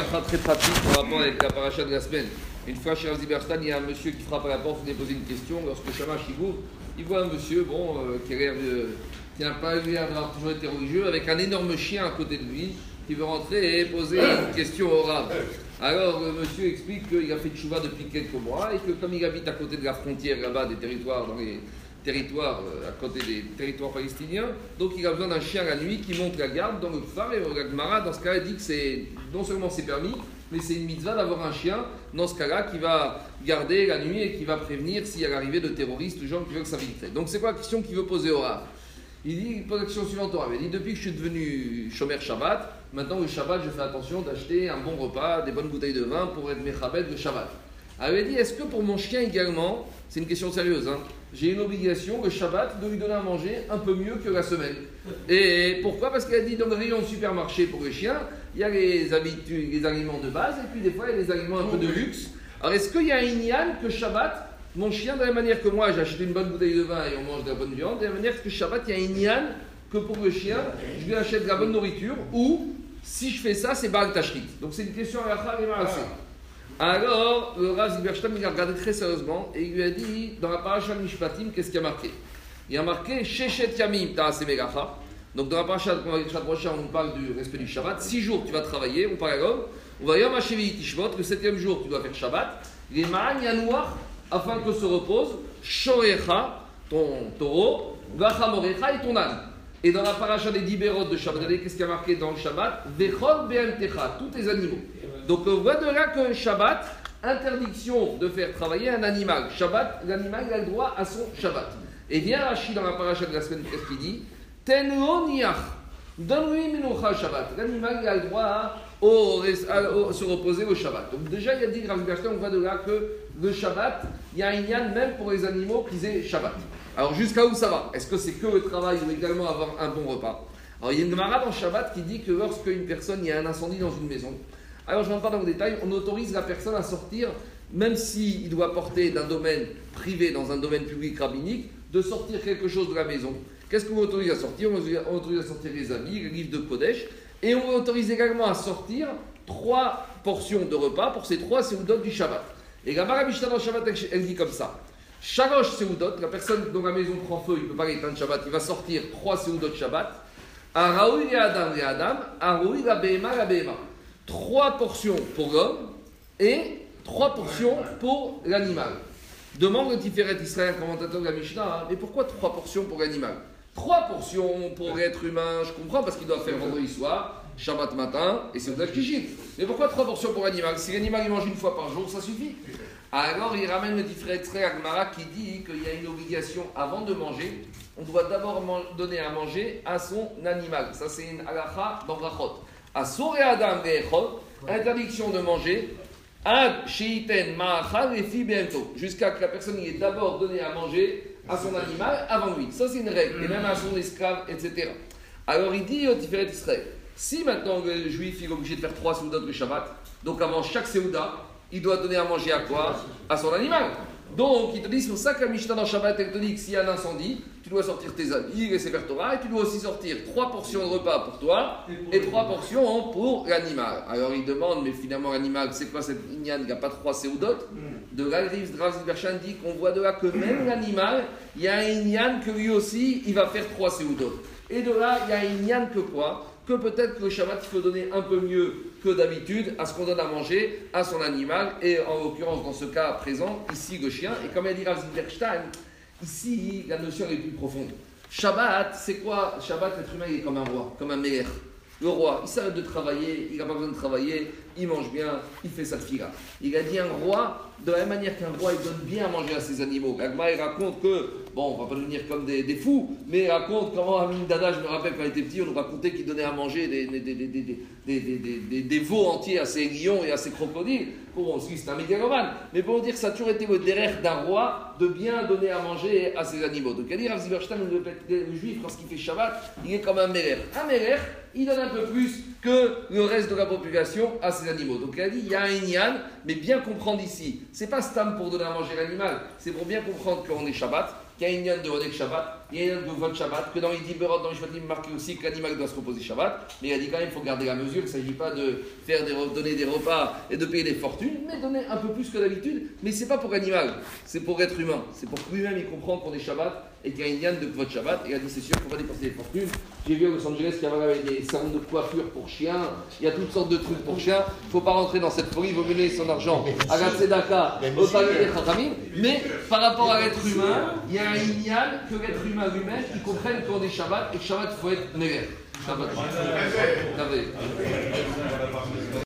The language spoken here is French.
halakha très pratique en rapport avec la paracha de la semaine. Une fois chez Rav Zilberstein, il y a un monsieur qui frappe à la porte, il lui a posé une question. Lorsque Shamash ouvre, il voit un monsieur qui a l'air de. Qui n'a pas l'air d'avoir toujours été religieux, avec un énorme chien à côté de lui, qui veut rentrer et poser une question au Rav. Alors le monsieur explique qu'il a fait tchouva depuis quelques mois et que comme il habite à côté de la frontière là-bas, des territoires, dans les territoires, à côté des territoires palestiniens, donc il a besoin d'un chien la nuit qui monte la garde dans le phare. Et la Gemara, dans ce cas-là, dit que c'est non seulement c'est permis, mais c'est une mitzvah d'avoir un chien, dans ce cas-là, qui va garder la nuit et qui va prévenir s'il y a l'arrivée de terroristes, de gens qui veulent s'infiltrer. Donc c'est quoi la question qu'il veut poser au Rav? Il pose la question suivante au Rav. Il dit, depuis que je suis devenu Shomer Shabbat, maintenant le Shabbat, je fais attention d'acheter un bon repas, des bonnes bouteilles de vin pour être Mechabed le Shabbat. Alors il dit, est-ce que pour mon chien également, c'est une question sérieuse, j'ai une obligation le Shabbat de lui donner à manger un peu mieux que la semaine. Et pourquoi? Parce qu'il a dit dans le rayon de supermarché pour les chiens, il y a les habitudes, les aliments de base, et puis des fois il y a des aliments un peu de luxe. Alors est-ce qu'il y a un inyan que Shabbat, mon chien, de la même manière que moi, j'ai acheté une bonne bouteille de vin et on mange de la bonne viande, de la même manière que Shabbat, il y a un inyan que pour le chien, je lui achète de la bonne nourriture, ou si je fais ça, c'est Baal Tashrit. Donc c'est une question à la fin, alors, le Rav Zilberstein, il a regardé très sérieusement et il lui a dit, dans la paracha Mishpatim, qu'est-ce qu'il y a marqué? Il y a marqué Sheshet Yamim Ta'aseh Melacha. Donc dans la paracha prochaine, on nous parle du respect du Shabbat. 6 jours, tu vas travailler, on parle à l'homme. On va Yom HaShevi'i Tishvot, le 7e jour, tu dois faire Shabbat. Les Ma'an Yanouach, afin que se repose, Shorecha, ton taureau, Vachamorecha et ton âne. Et dans la paracha des Diberot de Shabbat, qu'est-ce qu'il y a marqué dans le Shabbat? Vechol Be'emtecha, tous tes animaux. Donc on voit de là que Shabbat, interdiction de faire travailler un animal. Shabbat, l'animal il a le droit à son Shabbat. Et vient Rashi dans la paracha de la semaine, qu'est-ce qu'il dit? Tenlo niach, donne-lui minocha Shabbat. L'animal il a le droit à se reposer au Shabbat. Donc déjà il a dit, Rav Zilberstein, on voit de là que le Shabbat, il y a un inyan même pour les animaux qu'ils aient Shabbat. Alors jusqu'à où ça va? Est-ce que c'est que le travail ou également avoir un bon repas? Alors il y a une Gemara dans Shabbat qui dit que lorsque une personne, il y a un incendie dans une maison, alors je ne rentre pas dans le détail, on autorise la personne à sortir, même s'il doit porter d'un domaine privé dans un domaine public rabbinique, de sortir quelque chose de la maison. Qu'est-ce qu'on autorise à sortir? On autorise à sortir les habits, les livres de Kodesh, et on autorise également à sortir 3 portions de repas pour ces 3 séoudotes du Shabbat. Et la Mara Mishnah dans Shabbat, elle dit comme ça. Shalosh séoudotes, la personne dont la maison prend feu, il ne peut pas l'éteindre Shabbat, il va sortir 3 séoudotes Shabbat. Araoui et Adam, Araoui la Behema. 3 portions pour l'homme et 3 portions pour l'animal. Demande le Tiferet Israël, commentateur de la Mishnah, mais pourquoi 3 portions pour l'animal? 3 portions pour l'être humain, je comprends, parce qu'il doit faire vendredi soir, Shabbat matin, et c'est au Kishit. Mais pourquoi 3 portions pour l'animal? Si l'animal il mange une fois par jour, ça suffit. Alors il ramène le Tiferet Israël Agmara qui dit qu'il y a une obligation avant de manger, on doit d'abord donner à manger à son animal. Ça c'est une halakha dans Brachot. Asur et Adam ve'echol, interdiction de manger, ad sheiten ma'achal et fi biento, jusqu'à que la personne ait d'abord donné à manger à son animal avant lui. Ça c'est une règle, et même à son esclave, etc. Alors il dit au Tiferet Israël, si maintenant le juif il est obligé de faire 3 séoudotes le Shabbat, donc avant chaque séouda, il doit donner à manger à quoi? À son animal. Donc il te dit, c'est pour ça que la Mishnah dans Shabbat elle te dit que s'il y a un incendie, tu dois sortir tes habits, les Sefer Torah, et tu dois aussi sortir 3 portions de repas pour toi et 3 portions pour l'animal. Alors il demande, mais finalement l'animal, c'est quoi cette inyan? Il n'y a pas 3 séoudotes. De là, Rav Zilberstein dit qu'on voit de là que même l'animal, il y a un inyan que lui aussi, il va faire 3 séoudotes. Et de là, il y a un inyan que quoi? Que peut-être que le Shabbat, il faut donner un peu mieux que d'habitude à ce qu'on donne à manger à son animal, et en l'occurrence, dans ce cas présent, ici le chien. Et comme a dit Rav Zilberstein, ici, la notion est plus profonde. Shabbat, c'est quoi? Shabbat, l'être humain, il est comme un roi, comme un meilleur. Le roi, il s'arrête de travailler, il n'a pas besoin de travailler, il mange bien, il fait sa tfila. Il a dit un roi, de la même manière qu'un roi, il donne bien à manger à ses animaux. L'Agma, il raconte que, bon, on ne va pas devenir comme des fous, mais il raconte comment Amin Dada, je me rappelle quand il était petit, on nous racontait qu'il donnait à manger des veaux entiers à ses lions et à ses crocodiles. Bon, on se dit c'est un mégalomane, mais pour dire que ça a toujours été le derrière d'un roi de bien donner à manger à ses animaux. Donc, il a dit Rav Zilberstein, le juif, lorsqu'il fait Shabbat, il est comme un méler. Un méler, il donne un peu plus que le reste de la population à ses animaux. Donc, il a dit il y a un inyan, mais bien comprendre ici, c'est pas stam pour donner à manger l'animal, c'est pour bien comprendre qu'on est Shabbat, qu'il y a un inyan de Rodek Shabbat, il y a un de Shabbat, que dans les Diberot, dans les Shvatim, marqué aussi que l'animal doit se reposer Shabbat, mais il a dit quand même qu'il faut garder la mesure, il ne s'agit pas de donner des repas et de payer des fortunes, mais donner un peu plus que d'habitude, mais ce n'est pas pour l'animal, c'est pour l'être humain, c'est pour que lui-même il comprenne qu'on est Shabbat et qu'il y a une yann de Kvot Shabbat, et il a dit c'est sûr qu'il ne faut pas dépenser des fortunes. J'ai vu à Los Angeles qu'il y avait des salons de coiffure pour chiens, il y a toutes sortes de trucs pour chiens, il ne faut pas rentrer dans cette folie, il vaut mener son argent à la Tzedaka, au Talmud et Chachamim, mais par rapport à l'être humain, il y a un yann que l'être humain lui-même, il comprenne qu'on est Shabbat, et que Shabbat il faut être Néler. Shabbat.